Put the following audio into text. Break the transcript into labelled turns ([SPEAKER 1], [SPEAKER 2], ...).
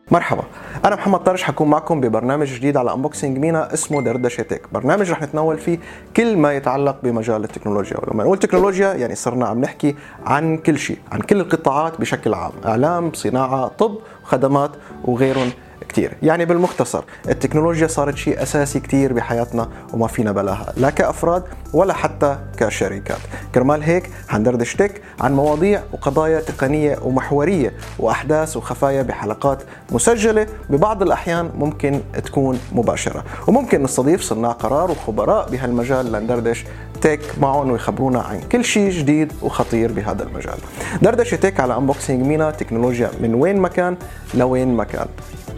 [SPEAKER 1] مرحبا، أنا محمد طرش حكون معكم ببرنامج جديد على أنبوكسينج مينا اسمه دردشة تك. برنامج رح نتناول فيه كل ما يتعلق بمجال التكنولوجيا، ولما نقول تكنولوجيا يعني صرنا عم نحكي عن كل شيء، عن كل القطاعات بشكل عام، إعلام، صناعة، طب، خدمات وغيرهم كتير. يعني بالمختصر التكنولوجيا صارت شيء أساسي كتير بحياتنا وما فينا بلاها، لا كأفراد ولا حتى كشركات. كرمال هيك حندردش تك عن مواضيع وقضايا تقنية ومحورية وأحداث وخفايا بحلقات مسجلة، ببعض الأحيان ممكن تكون مباشرة، وممكن نستضيف صناع قرار وخبراء بهالمجال لندردش تك معهم ويخبرونا عن كل شيء جديد وخطير بهذا المجال. دردشة تك على أنبوكسينج مينا، تكنولوجيا من وين مكان لوين مكان.